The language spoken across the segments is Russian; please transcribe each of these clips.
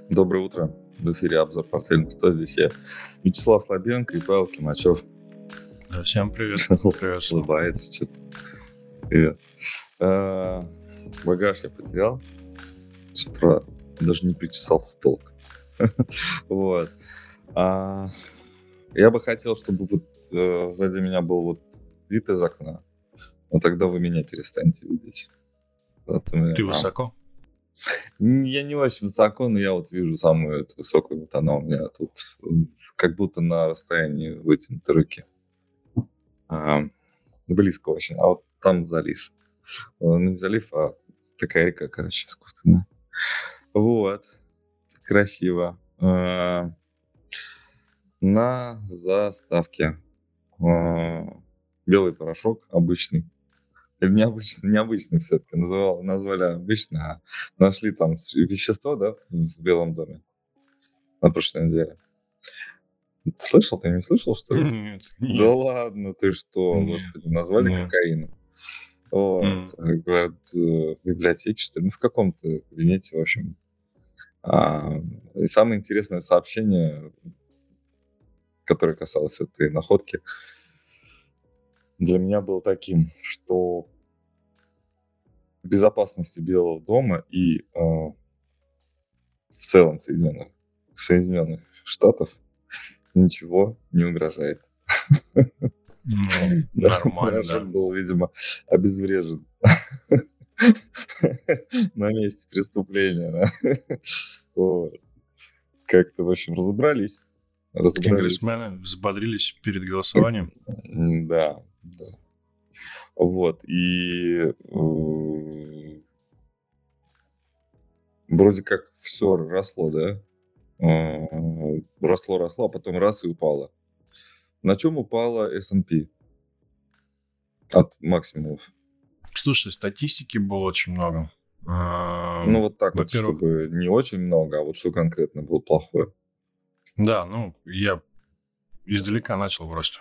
Доброе утро. В эфире обзор портфельных 100. Здесь я, Вячеслав Слабенко и Павел Кимачев. Да, всем привет. Приветствую. Улыбается что-то. Привет. Багаж я потерял. С утра даже не причесался толком. Вот. Я бы хотел, чтобы сзади меня был вид из окна. Но тогда вы меня перестанете видеть. Ты высоко? Я не очень высоко, но я вижу самую эту высокую. Она у меня тут как будто на расстоянии вытянутой руки. Близко очень. А вот там залив. Не залив, а такая река, искусственная. Вот. Красиво. На заставке белый порошок обычный. Или необычный все-таки. Назвали обычно, а нашли там вещество, да, в Белом доме на прошлой неделе. Слышал? Ты не слышал, что ли? Нет. Да ладно, ты что, господи, назвали кокаином. Вот. Говорят, в библиотеке, что ли, в каком-то кабинете, в общем. И самое интересное сообщение, которое касалось этой находки, для меня было таким, что безопасности Белого дома и в целом Соединенных Штатов ничего не угрожает. Нормально, да. Был, видимо, обезврежен на месте преступления. Вот. Как-то, в общем, разобрались. Конгрессмены взбодрились перед голосованием. Да. Вот. И вроде как все росло, да? Росло, а потом раз и упало. На чем упала S&P? От максимумов. Слушай, статистики было очень много. Вот так вот, чтобы не очень много, а вот что конкретно было плохое. Да, я издалека начал просто.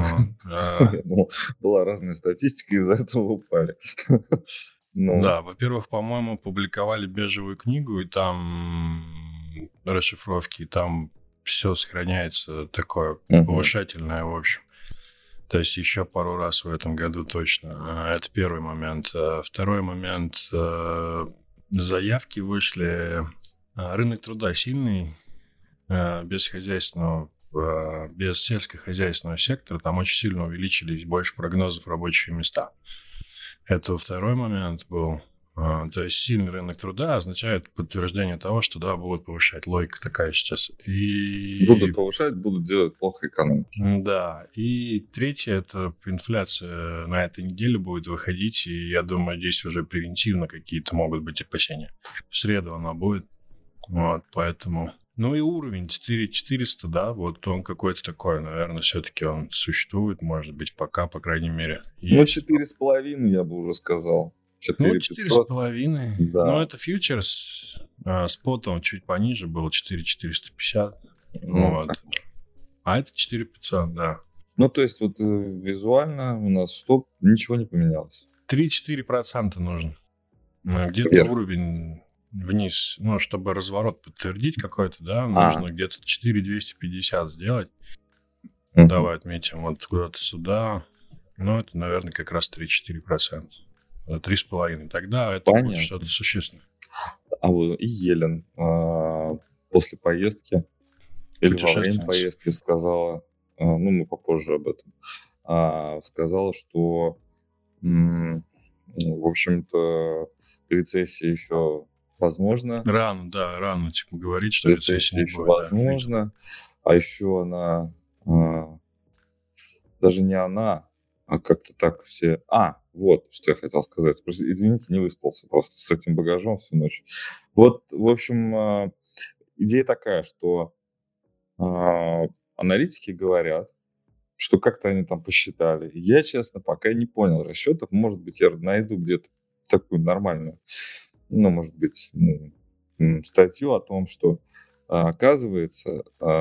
Была разная статистика, из-за этого упали. Да, во-первых, по-моему, публиковали бежевую книгу, и там расшифровки, и там все сохраняется такое повышательное, в общем. То есть еще пару раз в этом году точно. Это первый момент. Второй момент. Заявки вышли. Рынок труда сильный, без сельскохозяйственного сектора. Там очень сильно увеличились, больше прогнозов рабочие места. Это второй момент был. То есть сильный рынок труда означает подтверждение того, что да, будут повышать. Логика такая сейчас. Будут повышать, будут делать плохо экономике. Да. И третье, это инфляция на этой неделе будет выходить, и я думаю, здесь уже превентивно какие-то могут быть опасения. В среду она будет. Вот, поэтому... и уровень 4400, да, вот он какой-то такой, наверное, все-таки он существует, может быть, пока, по крайней мере. 4,5 я бы уже сказал. 4,5. Да. Это фьючерс. Спотом чуть пониже было 4,450. Вот. А это 4,500, да. То есть визуально у нас ничего не поменялось. 3-4% нужно. Где-то уровень вниз, чтобы разворот подтвердить какой-то, да, нужно где-то 4,250 сделать. Давай отметим вот куда-то сюда. Это, наверное, как раз 3-4%. 3,5%. Тогда это будет что-то существенное. И Елен после поездки или во время поездки сказала, мы попозже об этом, сказала, что, в общем-то, рецессия еще возможна. Рано говорить, что рецессия не будет. Возможно. А еще она, даже не она, а как-то так все... Вот, что я хотел сказать. Извините, не выспался просто с этим багажом всю ночь. Вот, в общем, идея такая, что аналитики говорят, что как-то они там посчитали. Я, честно, пока не понял расчетов. Может быть, я найду где-то такую нормальную, может быть, статью о том, что, оказывается,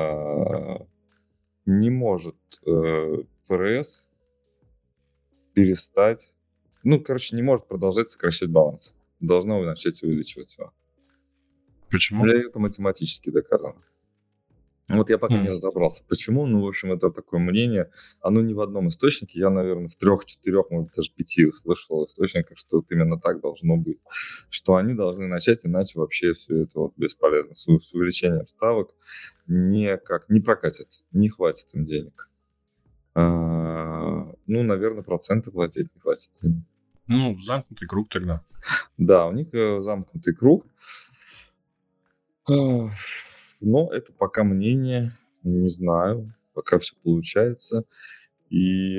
не может ФРС перестать, не может продолжать сокращать баланс. Должно начать увеличивать его. Почему? Это математически доказано. Вот я пока не разобрался, почему. Ну, в общем, это такое мнение. Оно не в одном источнике. Я, наверное, в 3-4, может, даже 5 слышал источниках, что вот именно так должно быть. Что они должны начать, иначе вообще все это вот бесполезно. С увеличением ставок не прокатит, не хватит им денег. Ну, наверное, проценты платить не хватит. Ну, замкнутый круг тогда. Да, у них замкнутый круг. Но это пока мнение, не знаю, пока все получается. И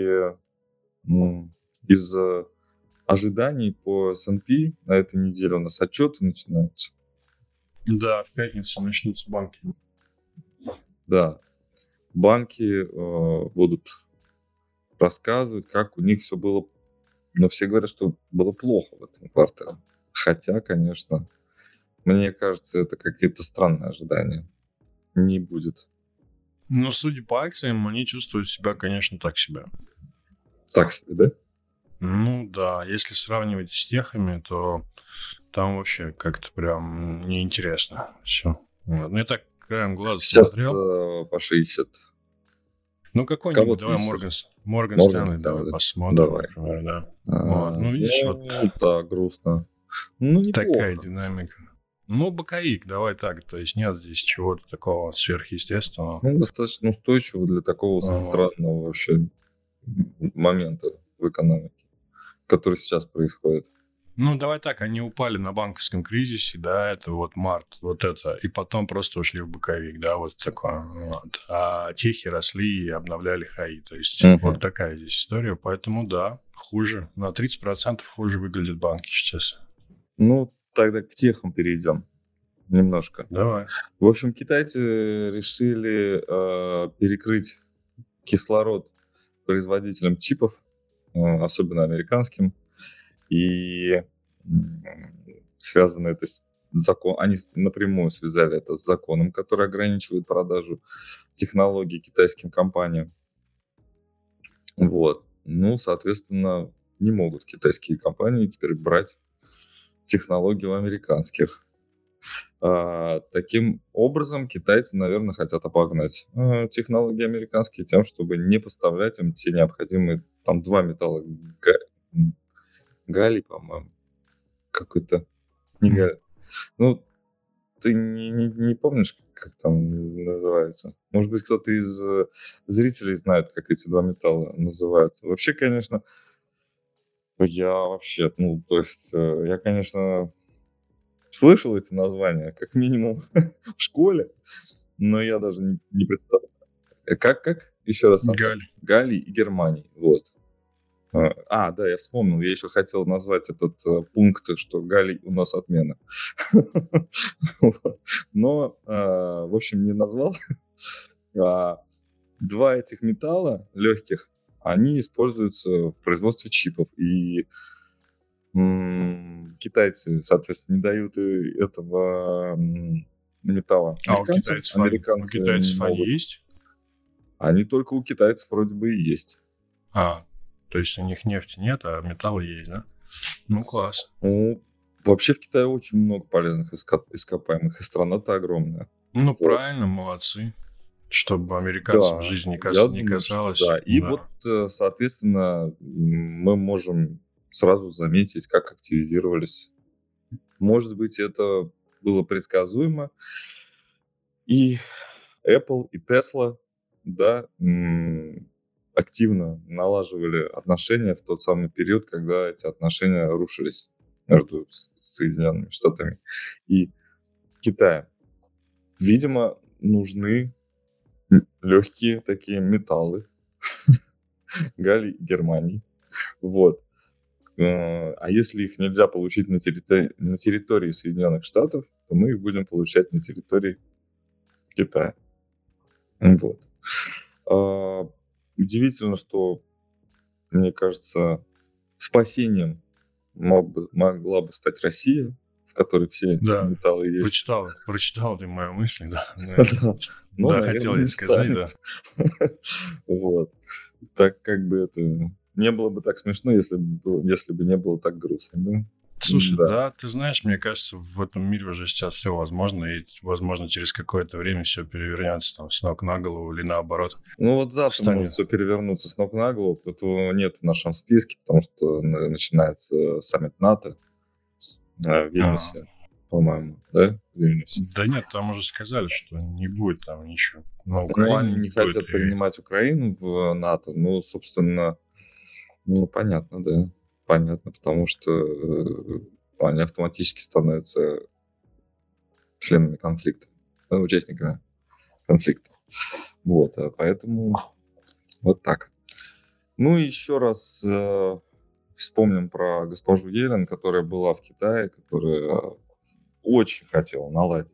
из ожиданий по S&P на этой неделе у нас отчеты начинаются. Да, в пятницу начнутся банки. Да, банки будут рассказывать, как у них все было. Но все говорят, что было плохо в этом квартале. Хотя, конечно, мне кажется, это какие-то странные ожидания. Не будет. Но судя по акциям, они чувствуют себя, конечно, так себе. Так себе, да? Ну да, если сравнивать с техами, то там вообще как-то прям неинтересно все. Вот. Ну я так краем глаза смотрел. Сейчас Паша ищет. Ну какой-нибудь, давай Морган Стэнли, давай посмотрим. Давай. Например, да. Вот. Ну видишь, вот да, грустно. Ну, неплохо. Такая динамика. Ну, боковик, давай так. То есть нет здесь чего-то такого сверхъестественного. Ну, достаточно устойчиво для такого странного вообще момента в экономике, который сейчас происходит. Ну, давай так, они упали на банковском кризисе, да, это вот март, вот это, и потом просто ушли в боковик, да, вот такое. Вот. А техи росли и обновляли хаи, то есть вот такая здесь история, поэтому да, хуже, на 30% хуже выглядят банки сейчас. Ну, тогда к техам перейдем немножко. Давай. В общем, китайцы решили перекрыть кислород производителям чипов, особенно американским, и связано это с законом. Они напрямую связали это с законом, который ограничивает продажу технологий китайским компаниям. Вот. Ну, соответственно, не могут китайские компании теперь брать технологии у американских. Таким образом, китайцы, наверное, хотят обогнать технологии американские тем, чтобы не поставлять им те необходимые, там, 2 металла галлий, по-моему, какой-то, не галлий. Ну, ты не помнишь, как там называется? Может быть, кто-то из зрителей знает, как эти 2 металла называются. Вообще, конечно, я, конечно, слышал эти названия, как минимум, в школе, но я даже не представляю. Как? Еще раз. Галлий и германий. Вот. Да, я вспомнил. Я еще хотел назвать этот пункт, что галлий у нас отмена. Но, в общем, не назвал. 2 этих металла легких, они используются в производстве чипов. И китайцы, соответственно, не дают этого металла. А у китайцев они есть? Они только у китайцев вроде бы и есть. То есть у них нефти нет, а металлы есть, да? Ну, класс. Ну, вообще в Китае очень много полезных ископаемых, и страна-то огромная. Ну, вот. Правильно, молодцы. Чтобы американцам жизнь не казалась. Да, и вот, соответственно, мы можем сразу заметить, как активизировались. Может быть, это было предсказуемо. И Apple, и Tesla, да, активно налаживали отношения в тот самый период, когда эти отношения рушились между Соединенными Штатами и Китаем. Видимо, нужны легкие такие металлы, галлий и германий. Вот. А если их нельзя получить на территории Соединенных Штатов, то мы их будем получать на территории Китая. Вот. Удивительно, что, мне кажется, спасением могла бы стать Россия, в которой все металлы есть. Прочитал ты мою мысль, да. Да, хотел я сказать, да. Вот. Так как бы это... Не было бы так смешно, если бы не было так грустно, да? Слушай, Да. да, ты знаешь, мне кажется, в этом мире уже сейчас все возможно, и, возможно, через какое-то время все перевернется там с ног на голову или наоборот Ну вот завтра может встанет. все перевернуться с ног на голову. Этого нет в нашем списке, потому что начинается саммит НАТО в А, Вильнюсе, по-моему, да? В Вильнюсе. да нет, там уже сказали, что не будет там ничего. На Ну, Украине они не не будет. хотят принимать Украину в НАТО. Ну, собственно, ну, понятно, да. Понятно, потому что они автоматически становятся членами конфликта, участниками конфликта. Вот, поэтому вот так. Ну и еще раз вспомним про госпожу Елен, которая была в Китае, которая очень хотела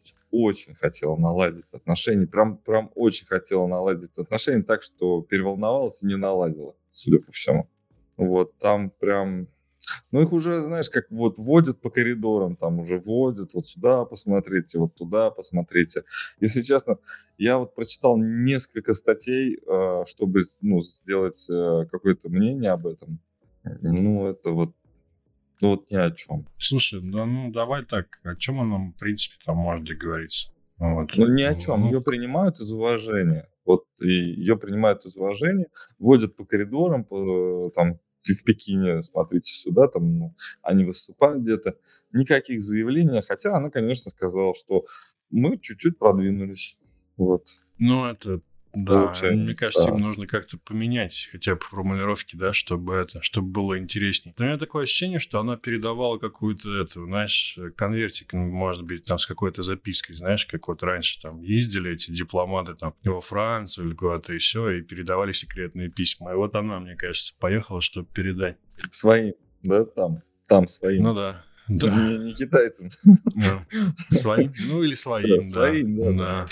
наладить отношения, прям очень хотела наладить отношения, так что переволновалась и не наладила, судя по всему. Вот там прям, ну их уже, знаешь, как вот водят по коридорам, там уже водят, вот сюда посмотрите, вот туда посмотрите. Если честно, я вот прочитал несколько статей, чтобы, ну, сделать какое-то мнение об этом. Ну, это вот, ну, вот ни о чем. Слушай, да, ну давай так, о чем она, в принципе, там может договориться? Вот. Ну, ни о чем. Ну, Ее принимают из уважения. Вот и ее принимают из уважения, водят по коридорам, там в Пекине, смотрите сюда, там, ну, они выступают где-то. Никаких заявлений, хотя она, конечно, сказала, что мы чуть-чуть продвинулись. Вот. ну, это, да, мне Улучшение, кажется, им да. нужно как-то поменять хотя бы формулировки, да, чтобы было интересней. Но у меня такое ощущение, что она передавала какую-то, эту, знаешь, конвертик, может быть, там с какой-то запиской, знаешь, как вот раньше там ездили эти дипломаты там во Францию или куда-то еще и передавали секретные письма. И вот она, мне кажется, поехала, чтобы передать. Своим, да, там своим. Ну да, да. Не китайцам. Своим, ну или своим, да. Своим, да. Да.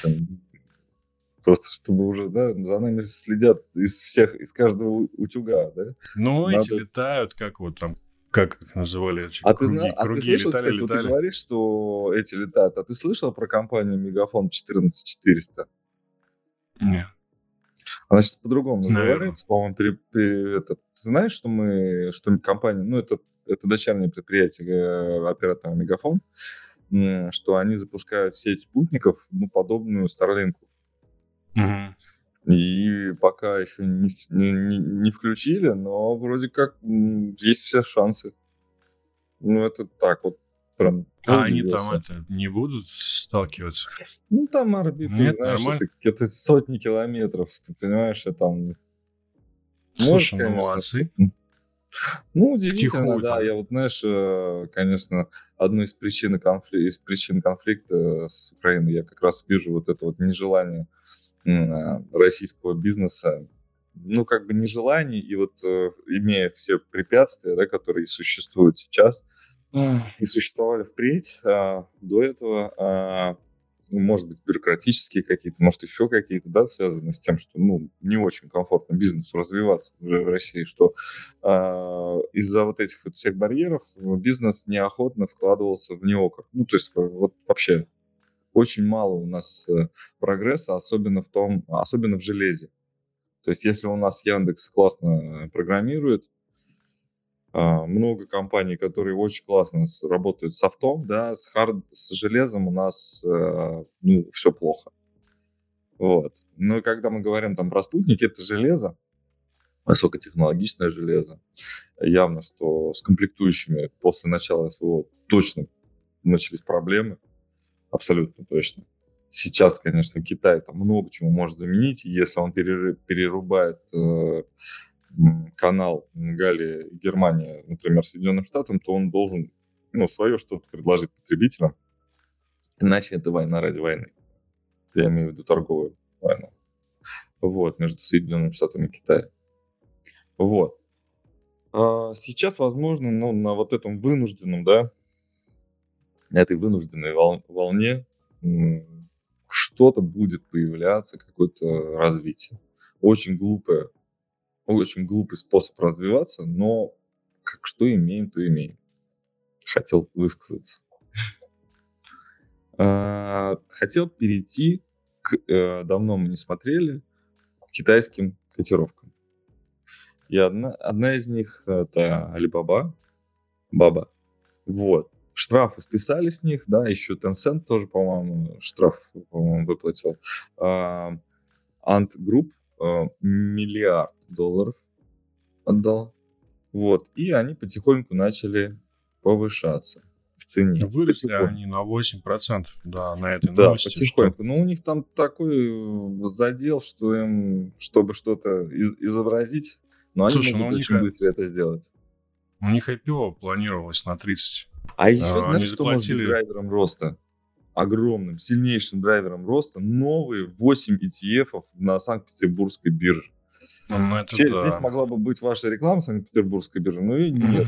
Просто чтобы уже, да, за нами следят из каждого утюга, да. Ну, эти Надо... летают, как вот там, как их называли, эти А ты круги слышал, кстати, вот ты летали. говоришь, что эти летают, а ты слышал про компанию Мегафон 14400? Не, Она сейчас по-другому наверное. называется, по-моему, ты знаешь, что компания, ну, это дочернее предприятие оператора Мегафон, что они запускают сеть спутников, ну, подобную Старлинку. Мгм. И пока еще не включили, но вроде как есть все шансы. Ну, это так вот прям А они там удивился. не будут сталкиваться? Ну, там орбиты, Нет, знаешь, нормально. это сотни километров, ты понимаешь, и там может, Слушай, ну конечно. молодцы. Ну, удивительно, Втихую да. там. Я вот, знаешь, конечно, одну из причин конфликта с Украиной я как раз вижу вот это вот нежелание российского бизнеса, ну, как бы нежелание, и вот имея все препятствия, да, которые существуют сейчас и существовали впредь, до этого, может быть, бюрократические какие-то, может, еще какие-то, да, связаны с тем, что, ну, не очень комфортно бизнесу развиваться в России, что из-за вот этих вот всех барьеров бизнес неохотно вкладывался в неокр. Ну, то есть вот вообще очень мало у нас прогресса, особенно в железе. То есть если у нас Яндекс классно программирует, много компаний, которые очень классно работают с софтом, да, с железом у нас, ну, все плохо. Вот. Но и когда мы говорим там про спутники, это железо, высокотехнологичное железо. Явно, что с комплектующими после начала СВО точно начались проблемы, абсолютно точно. Сейчас, конечно, Китай там много чего может заменить, и если он перерубает канал Галлия и Германия, например, Соединенным Штатам, то он должен, ну, свое что-то предложить потребителям, иначе это война ради войны. Я имею в виду торговую войну. Вот, между Соединенными Штатами и Китаем. Вот. Сейчас, возможно, ну, на вот этом вынужденном, да, этой вынужденной волне что-то будет появляться, какое-то развитие. Очень глупый способ развиваться, но как что имеем, то имеем. Хотел высказаться. Хотел перейти давно мы не смотрели, к китайским котировкам. И одна из них это Alibaba, Баба, Вот. Штрафы списали с них, да, еще Tencent тоже, по-моему, штраф, по-моему, выплатил. Ant Group $1 миллиард отдал. Вот. И они потихоньку начали повышаться в цене. Выросли они на 8%, да, на этой Да, новости. потихоньку. Но у них там такой задел, что им, чтобы что-то изобразить, но они Слушай, могут очень быстро это сделать. У них IPO планировалось на 30. А еще, знаешь, они что может быть драйвером роста? Огромным, сильнейшим драйвером роста новые 8 ETF на Санкт-Петербургской бирже. Здесь могла бы быть ваша реклама Санкт-Петербургской биржи, но и нет.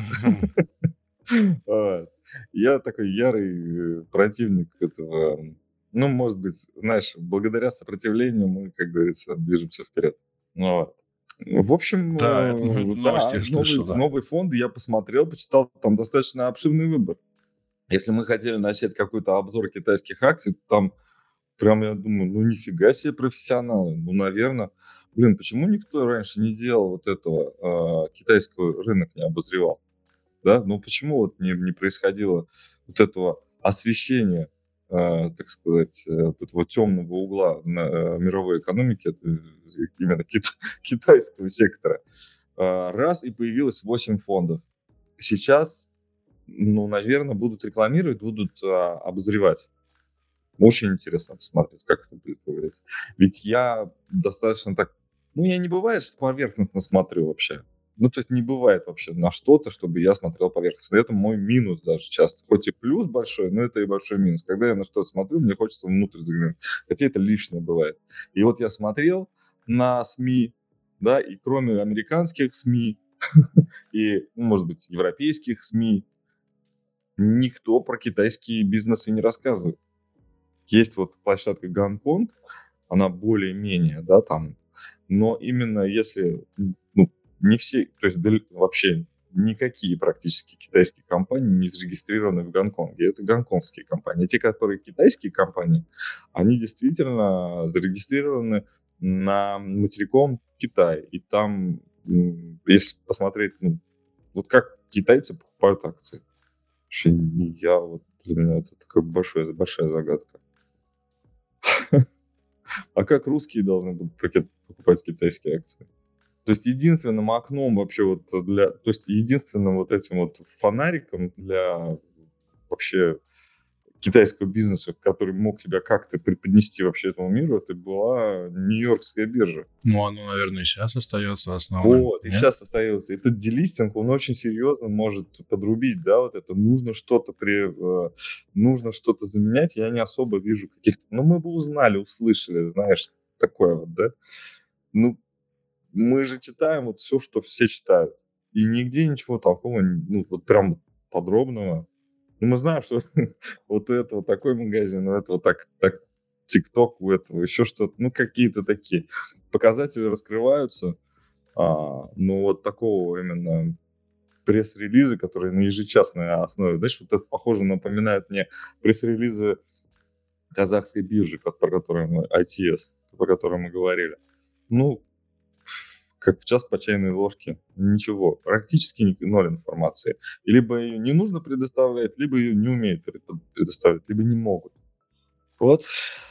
Я такой ярый противник этого. Ну, может быть, знаешь, благодаря сопротивлению мы, как говорится, движемся вперед. В общем, да, новый фонд я посмотрел, почитал, там достаточно обширный выбор. Если мы хотели начать какой-то обзор китайских акций, там прям я думаю, ну нифига себе профессионалы, ну, наверное. Блин, почему никто раньше не делал вот этого, китайский рынок не обозревал? Да, ну почему вот не происходило вот этого освещения, так сказать, вот этого темного угла мировой экономики, это именно китайского сектора. Раз, и появилось 8 фондов. Сейчас, ну, наверное, будут рекламировать, будут обозревать. Очень интересно посмотреть, как это будет выглядеть. Ведь я достаточно так... Ну, я не бывает, что поверхностно смотрю вообще. Ну, то есть не бывает вообще на что-то, чтобы я смотрел поверхностно. Это мой минус даже часто. Хоть и плюс большой, но это и большой минус. Когда я на что-то смотрю, мне хочется внутрь заглянуть. Хотя это лишнее бывает. И вот я смотрел на СМИ, да, и кроме американских СМИ, и, может быть, европейских СМИ, никто про китайские бизнесы не рассказывает. Есть вот площадка Гонконг, она более-менее, да, там, но именно если, ну, не все, то есть вообще никакие практически китайские компании не зарегистрированы в Гонконге. Это гонконгские компании. Те, которые китайские компании, они действительно зарегистрированы на материком Китай. И там, если посмотреть, ну, вот как китайцы покупают акции. Для меня это такая большая загадка. А как русские должны будут покупать китайские акции? То есть единственным окном вообще вот то есть единственным вот этим вот фонариком для вообще китайского бизнеса, который мог себя как-то преподнести вообще этому миру, это была Нью-Йоркская биржа. Ну, оно, наверное, и сейчас остается основным. Вот, и сейчас остается. Этот делистинг, он очень серьезно может подрубить, да, вот это. Нужно что-то заменять. Я не особо вижу каких-то... Ну, мы бы узнали, услышали, знаешь, такое вот, да. Ну, мы же читаем вот все, что все читают. И нигде ничего такого, ну, вот прям подробного. Ну, мы знаем, что вот у этого такой магазин, у этого так TikTok, у этого еще что-то. Ну, какие-то такие показатели раскрываются. Но вот такого именно пресс-релиза, которые на ежечасной основе, знаешь, вот это, похоже, напоминает мне пресс-релизы казахской биржи, про которую мы, ITS, про которую мы говорили. Ну, как в час по чайной ложке. Ничего. Практически ноль информации. И либо ее не нужно предоставлять, либо ее не умеют предоставлять, либо не могут. Вот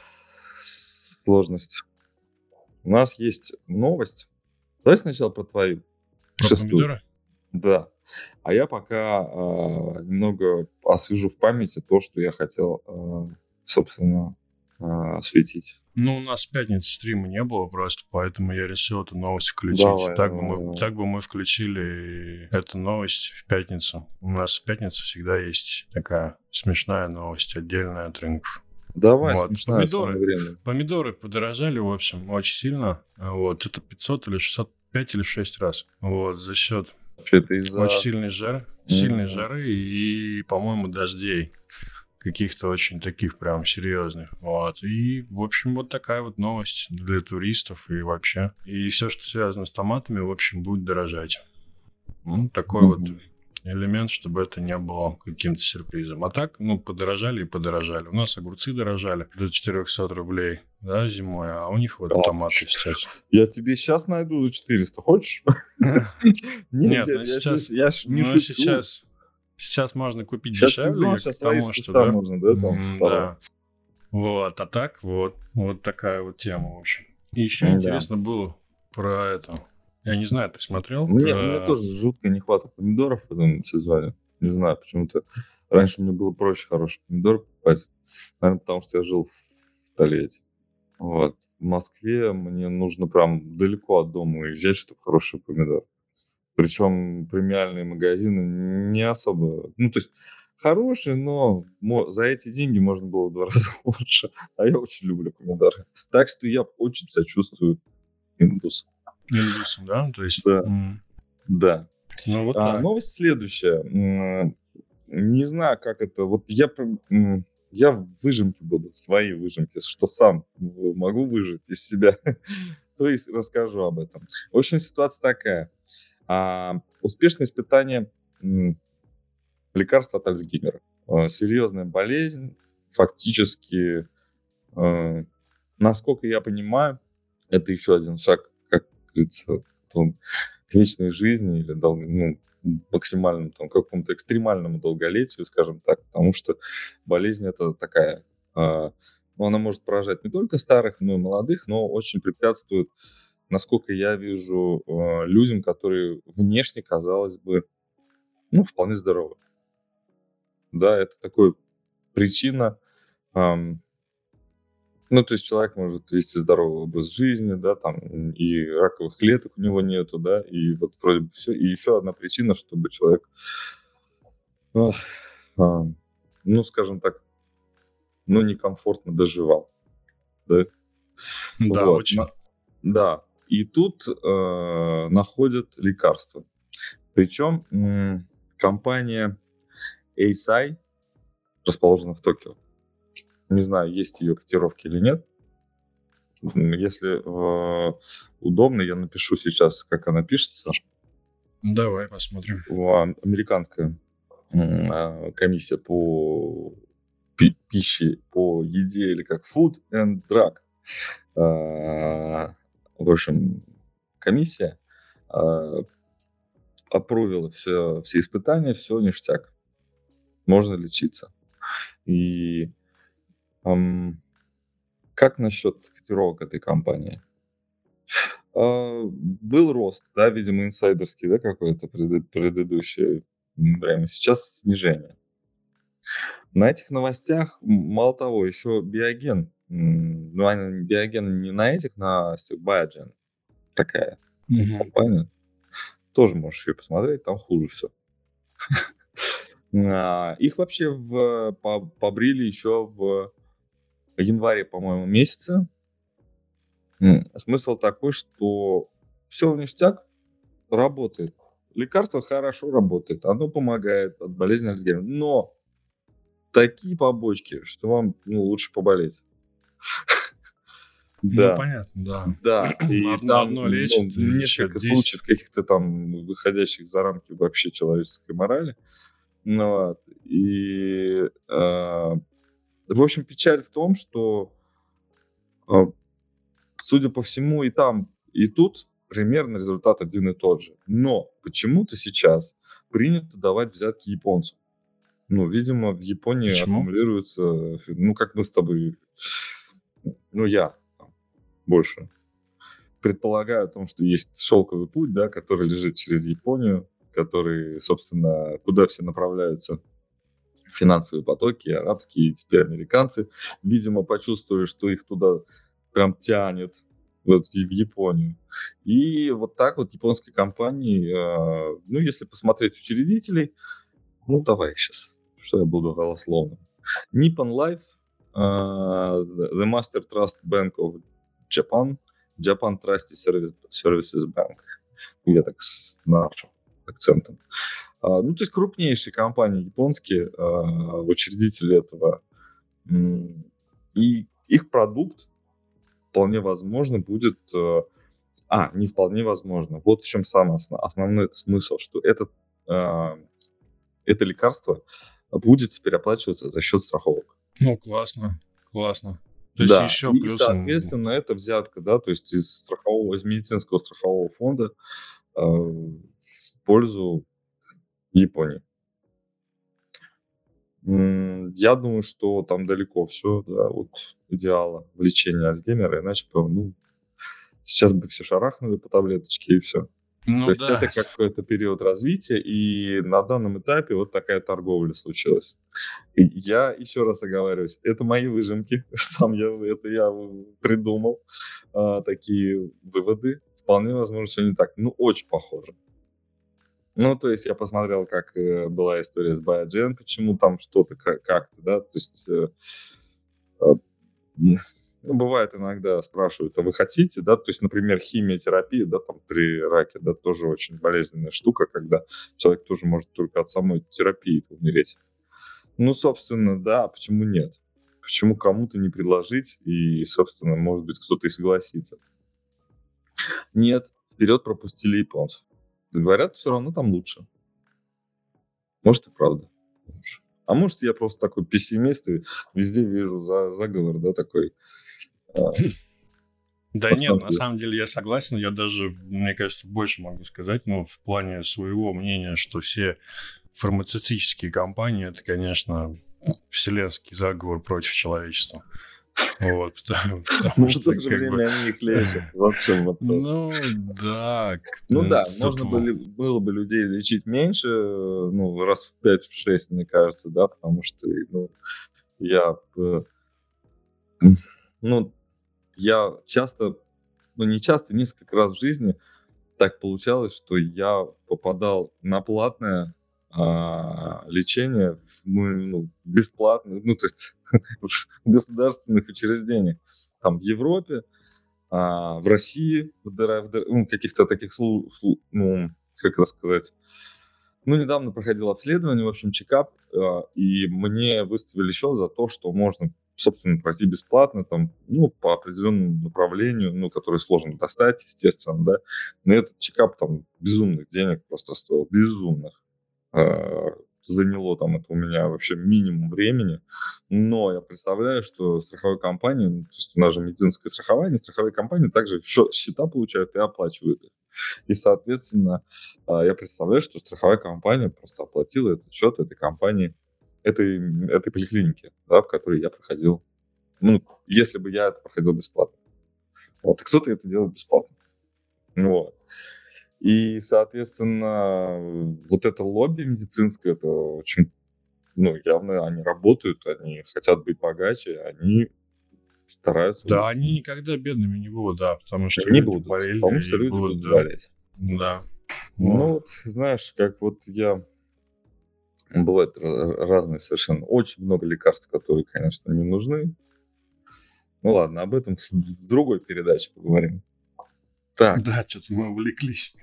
сложность. У нас есть новость. Давай сначала про твою. Про помидоры? Да. А я пока немного освежу в памяти то, что я хотел, собственно, осветить. Ну, у нас в пятницу стрима не было просто, поэтому я решил эту новость включить. Так бы мы включили эту новость в пятницу. У нас в пятницу всегда есть такая смешная новость, отдельная от рынков. Давай, вот. Помидоры подорожали, в общем, очень сильно. Вот, это 500 или 605 или 6 раз. Вот, за счет очень сильной жары и, по-моему, дождей. Каких-то очень таких прям серьезных. Вот. И, в общем, вот такая вот новость для туристов и вообще. И все, что связано с томатами, в общем, будет дорожать. Ну, такой вот элемент, чтобы это не было каким-то сюрпризом. А так, ну, подорожали и подорожали. У нас огурцы дорожали до 400 рублей, да, зимой, а у них вот томаты сейчас. Я тебе сейчас найду за 400, хочешь? Нет, сейчас... сейчас можно купить Сейчас дешевле, сезон, к сейчас свои тому, что, спеца да? можно, да, там Да. создавать. Вот, а так вот такая вот тема, в общем. И еще Да. интересно было про это. Я не знаю, ты смотрел? Мне тоже жуткая нехватка помидоров в этом сезоне. Не знаю, почему-то раньше мне было проще хорошие помидоры покупать. Наверное, потому что я жил в Тольятти. Вот. В Москве мне нужно прям далеко от дома уезжать, чтобы хорошие помидоры. Причем премиальные магазины не особо... Ну, то есть хорошие, но за эти деньги можно было в 2 раза лучше. А я очень люблю помидоры. Так что я очень сочувствую индусам. Индусам, да? То есть... Да. Да. Ну, вот так. Новость следующая. Не знаю, как это... Вот я выжимки буду, свои выжимки, что сам могу выжать из себя. То есть расскажу об этом. В общем, ситуация такая. Успешное испытание лекарства от Альцгеймера. Серьезная болезнь. Фактически, насколько я понимаю, это еще один шаг, как говорится, к вечной жизни или максимальному какому-то экстремальному долголетию, скажем так, потому что болезнь это такая, она может поражать не только старых, но и молодых, но очень препятствует, насколько я вижу, людям, которые внешне, казалось бы, вполне здоровы. Да, это такая причина. То есть человек может вести здоровый образ жизни, да, там и раковых клеток у него нету, да, и вот вроде бы все. И еще одна причина, чтобы человек, скажем так, некомфортно доживал, да. Да, Вот. очень. Да. И тут находят лекарства. Причем компания Eisai расположена в Токио. Не знаю, есть ее котировки или нет. Если удобно, я напишу сейчас, как она пишется. Давай посмотрим. Американская комиссия по пище, по еде, или как Food and Drug. В общем, комиссия опровила все испытания, все ништяк. Можно лечиться. И как насчет котировок этой компании? Был рост, да, видимо, инсайдерский, да, какой-то предыдущее время. Сейчас снижение. На этих новостях, мало того, еще Биоген, Биоген не на этих новостях, Biogen такая компания. Тоже можешь ее посмотреть, там хуже все. Их вообще побрили еще в январе, по-моему, месяце. Смысл такой, что все ништяк, работает. Лекарство хорошо работает, оно помогает от болезни Альцгеймера. Но такие побочки, что вам лучше поболеть. Да. Понятно, да. Да, и там лечит, несколько случаев каких-то там выходящих за рамки вообще человеческой морали. И, в общем, печаль в том, что, судя по всему, и там, и тут примерно результат один и тот же. Но почему-то сейчас принято давать взятки японцам. Видимо, в Японии аккумулируется, как мы с тобой, я больше предполагаю о том, что есть шелковый путь, да, который лежит через Японию, который, собственно, куда все направляются финансовые потоки, арабские, и теперь американцы, видимо, почувствовали, что их туда прям тянет, вот в Японию. И вот так вот японские компании, если посмотреть учредителей, давай сейчас, что я буду голословным. Nippon Life, The Master Trust Bank of Japan, Japan Trust Services Bank. Я так с нашим акцентом. То есть крупнейшие компании японские, учредители этого. И их продукт вполне возможно будет... не вполне возможно. Вот в чем самый основной смысл, что это лекарство будет теперь оплачиваться за счет страховок. Классно. То есть еще и, соответственно, это взятка, да, то есть из медицинского страхового фонда в пользу Японии. Я думаю, что там далеко все, да, от идеала лечения Альцгеймера, иначе бы, сейчас бы все шарахнули по таблеточке и все. То есть Да. это какой-то период развития, и на данном этапе вот такая торговля случилась. И я еще раз оговариваюсь, это мои выжимки, я придумал такие выводы. Вполне возможно, все не так. Очень похоже. То есть я посмотрел, как была история с Biogen, почему там что-то как-то, да, то есть бывает иногда спрашивают, а вы хотите, да, то есть, например, химиотерапия, да, там при раке, да, тоже очень болезненная штука, когда человек тоже может только от самой терапии умереть. Собственно, да, почему нет? Почему кому-то не предложить, и, собственно, может быть, кто-то и согласится. Нет, вперед пропустили японцев. Говорят, все равно там лучше. Может, и правда лучше. А может, я просто такой пессимист и везде вижу заговор, да, такой. Да нет, на самом деле я согласен. Я даже, мне кажется, больше могу сказать, в плане своего мнения, что все фармацевтические компании, это, конечно, вселенский заговор против человечества. Вот, потому что... В то же время они их лечат. Вот в чем вопрос. Да. Можно было бы людей лечить меньше, раз в 5-6, мне кажется, да, потому что, я часто, не часто, несколько раз в жизни так получалось, что я попадал на платное лечение в бесплатных, то есть в государственных учреждениях. Там в Европе, в России, каких-то таких, как это сказать, недавно проходил обследование, в общем, чекап, и мне выставили счет за то, что можно, собственно, пройти бесплатно, там, по определенному направлению, которое сложно достать, естественно, да. Но этот чекап там безумных денег просто стоил, безумных. Заняло там это у меня вообще минимум времени. Но я представляю, что страховые компании, то есть у нас же медицинское страхование, страховые компании также счета получают и оплачивают их. И, соответственно, я представляю, что страховая компания просто оплатила этот счет этой компании, этой поликлиники, да, в которой я проходил. Если бы я это проходил бесплатно. Вот, и кто-то это делает бесплатно. Вот. И, соответственно, вот это лобби медицинское, это очень, явно они работают, они хотят быть богаче, они стараются. Да, они никогда бедными не будут, да, потому что не люди будут, болели. потому что люди будут болеть. Да. Знаешь, как бывают разные совершенно, очень много лекарств, которые, конечно, не нужны. Ладно, об этом в другой передаче поговорим. Так. Да, что-то мы увлеклись.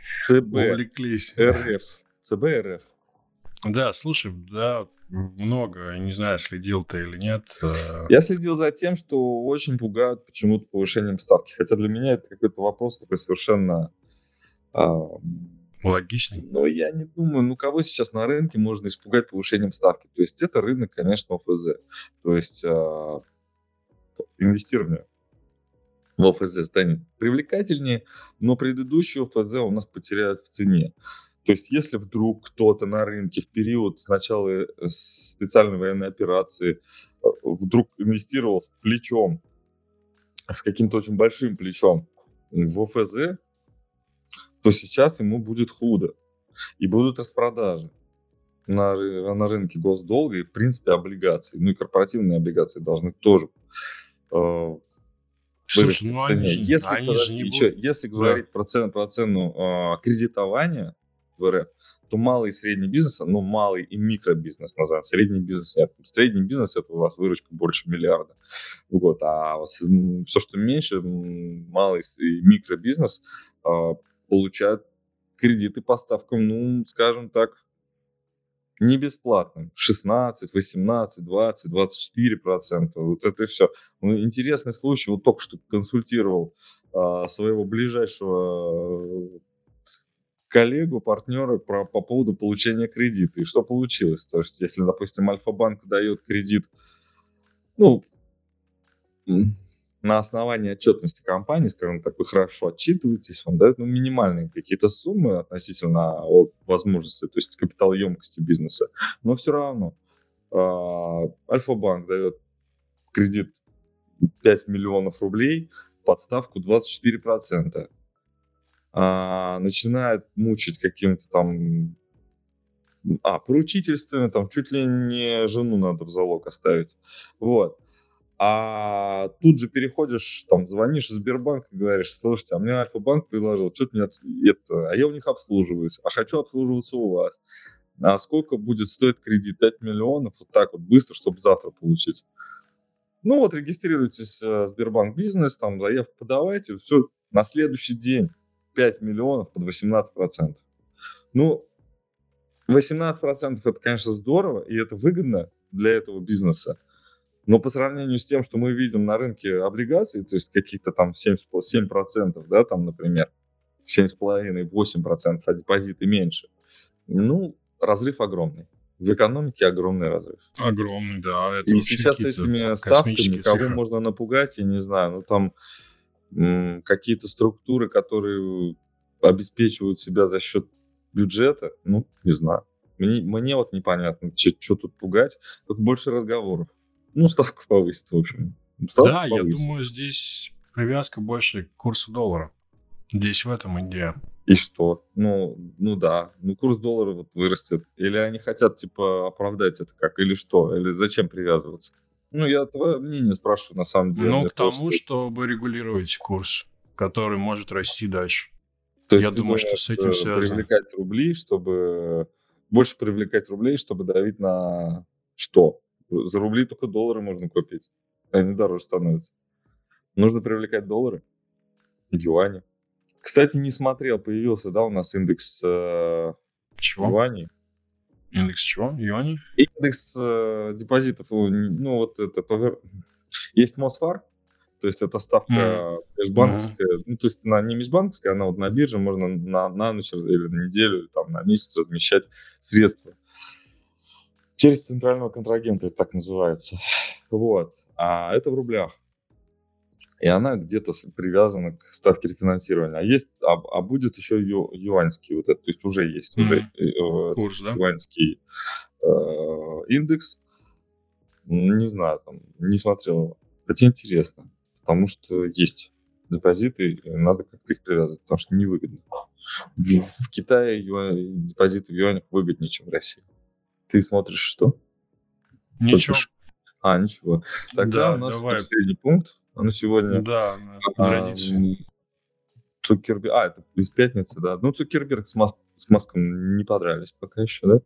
ЦБ РФ. Да, слушай, да, много, не знаю, следил ты или нет. Я следил за тем, что очень пугают почему-то повышением ставки. Хотя для меня это какой-то вопрос такой совершенно... логичный. Я не думаю, кого сейчас на рынке можно испугать повышением ставки. То есть это рынок, конечно, ОФЗ. То есть инвестирование в ОФЗ станет привлекательнее, но предыдущий ОФЗ у нас потеряет в цене. То есть если вдруг кто-то на рынке в период с начала специальной военной операции вдруг инвестировал с плечом, с каким-то очень большим плечом в ОФЗ, то сейчас ему будет худо. И будут распродажи на рынке госдолга и, в принципе, облигаций. И корпоративные облигации должны тоже вырасти в цене. Если говорить про цену кредитования в РФ, то малый и средний бизнес, малый и микробизнес назовем, средний бизнес нет. Средний бизнес — это у вас выручка больше миллиарда в год, а все, что меньше, малый и микробизнес получают кредиты по ставкам, скажем так, не бесплатным. 16, 18, 20, 24%. Вот это все. Интересный случай. Вот только что консультировал своего ближайшего коллегу, партнера по поводу получения кредита. И что получилось? То есть, если, допустим, Альфа-банк дает кредит, на основании отчетности компании, скажем так, вы хорошо отчитываетесь, он дает минимальные какие-то суммы относительно возможности, то есть капиталоемкости бизнеса, но все равно Альфа-банк дает кредит 5 миллионов рублей под ставку 24%. Начинает мучить каким-то там поручительствами, там чуть ли не жену надо в залог оставить. Вот. А тут же переходишь, там, звонишь в Сбербанк и говоришь: слушайте, а мне Альфа-банк предложил, что-то мне а я у них обслуживаюсь, а хочу обслуживаться у вас. А сколько будет стоить кредит? 5 миллионов, вот так вот быстро, чтобы завтра получить. Ну вот, регистрируйтесь в Сбербанк Бизнес, там заявку подавайте, все, на следующий день 5 миллионов под 18%. Ну, 18% это, конечно, здорово, и это выгодно для этого бизнеса. Но по сравнению с тем, что мы видим на рынке облигаций, то есть каких-то там 7%, да, там, например, 7,5-8%, а депозиты меньше, ну, разрыв огромный. В экономике огромный разрыв. Огромный, да. Это и сейчас с этими ставками кого можно напугать, я не знаю. Ну, там какие-то структуры, которые обеспечивают себя за счет бюджета, ну, не знаю. Мне вот непонятно, что тут пугать. Только больше разговоров. Ну, ставку повысить, в общем. Да, я думаю, здесь привязка больше к курсу доллара. Здесь в этом идея. И что? Ну да. Ну, курс доллара вот вырастет. Или они хотят, типа, оправдать это как? Или что? Или зачем привязываться? Ну, я твое мнение спрашиваю, на самом деле. Ну, к тому, чтобы регулировать курс, который может расти дальше. То есть я думаю, что с этим связано. Больше привлекать рублей, чтобы давить на что? За рубли только доллары можно купить. Они дороже становятся. Нужно привлекать доллары, юани. Кстати, не смотрел, появился, да, у нас индекс юаней. Индекс чего? Юаней? Индекс депозитов. Ну, вот это... Есть Мосфар, то есть это ставка межбанковская. Ну, то есть она не межбанковская, она вот на бирже, можно на ночь или на неделю, или там на месяц размещать средства. Через центрального контрагента, это так называется. Вот. А это в рублях. И она где-то привязана к ставке рефинансирования. А будет еще юаньский, вот это, то есть уже есть курс, да? Юаньский индекс. Не знаю, там, не смотрел его. Хотя интересно, потому что есть депозиты, и надо как-то их привязывать, потому что невыгодно. В Китае депозиты в юанях выгоднее, чем в России. Ты смотришь что? Ничего. Ничего. Тогда у нас последний пункт на сегодня. Да, традиция. Цукерберг. Это из пятницы, да. Ну, Цукерберг с Маском не понравились пока еще, да?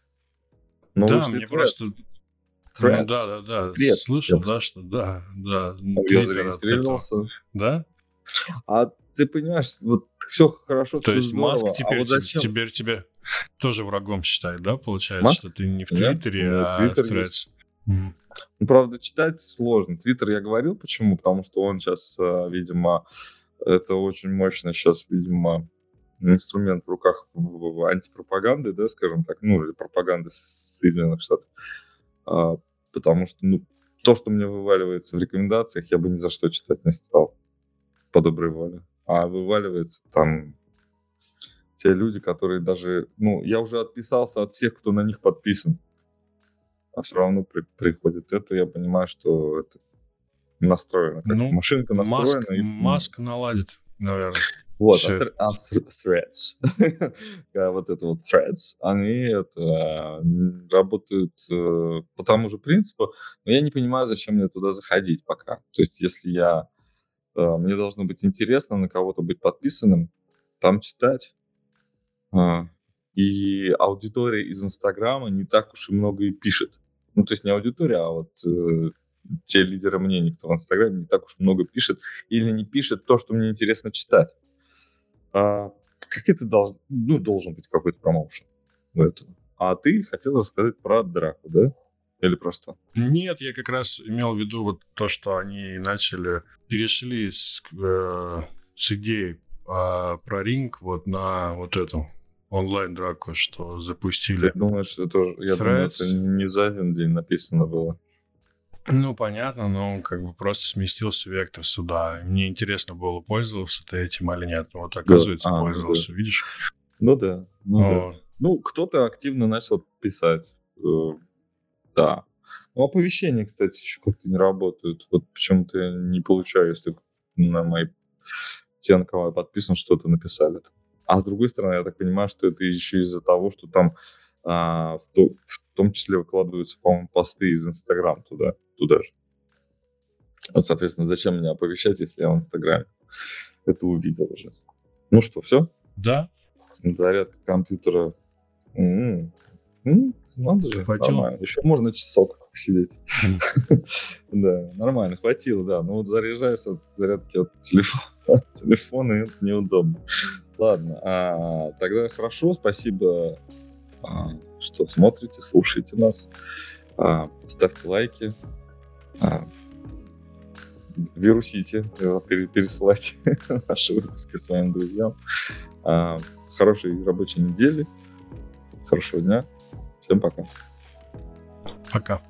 Но да, мне просто... Threads. Да. Слышал, да, что да. Я зарегистрировался. Да? А ты понимаешь, вот все хорошо, то все есть здорово. Маск теперь, вот зачем? теперь тебя тоже врагом считает, да, получается, Маск? что ты не в Твиттере, а в Threads. Ну, правда, читать сложно. Твиттер я говорил, почему? Потому что он сейчас, видимо, это очень мощный сейчас, видимо, инструмент в руках антипропаганды, да, скажем так, ну, или пропаганды Соединенных Штатов. Потому что, то, что мне вываливается в рекомендациях, я бы ни за что читать не стал по доброй воле. А вываливается там те люди, которые даже... я уже отписался от всех, кто на них подписан. А все равно приходит это, я понимаю, что это настроено. Машинка настроена. Маск наладит, наверное. Вот, Threads. Вот это вот Threads, они работают по тому же принципу, но я не понимаю, зачем мне туда заходить пока. То есть, если мне должно быть интересно на кого-то быть подписанным, там читать. И аудитория из Инстаграма не так уж и много и пишет. Ну, то есть не аудитория, а вот те лидеры мнений, кто в Инстаграме, не так уж много пишет или не пишет то, что мне интересно читать. Как это должен быть какой-то промоушен у этого. А ты хотел рассказать про драку, да? Или про что? Нет, я как раз имел в виду вот то, что они перешли с идеи про ринг вот на вот эту онлайн-драку, что запустили. Ты думаешь, это не за один день написано было? Ну, понятно, но просто сместился вектор сюда. Мне интересно было, пользовался ты этим или нет. Вот, оказывается, пользовался, видишь? Ну да. Ну, кто-то активно начал писать. Да. Ну, оповещения, кстати, еще как-то не работают. Вот почему-то я не получаю, если на мои те, на кого я подписан, что-то написали. А с другой стороны, я так понимаю, что это еще из-за того, что там в том числе выкладываются, по-моему, посты из Инстаграм туда же. Вот, соответственно, зачем меня оповещать, если я в Инстаграме это увидел уже? Ну что, все? Да. Зарядка компьютера. Надо же, Хватило? нормально. Еще можно часок посидеть. Да, нормально, хватило, да. Ну вот заряжаюсь от зарядки от телефона, и это неудобно. Ладно, тогда хорошо, спасибо, что смотрите, слушаете нас. Ставьте лайки. Вирусите, пересылайте наши выпуски своим друзьям. Хорошей рабочей недели, хорошего дня. Всем пока. Пока.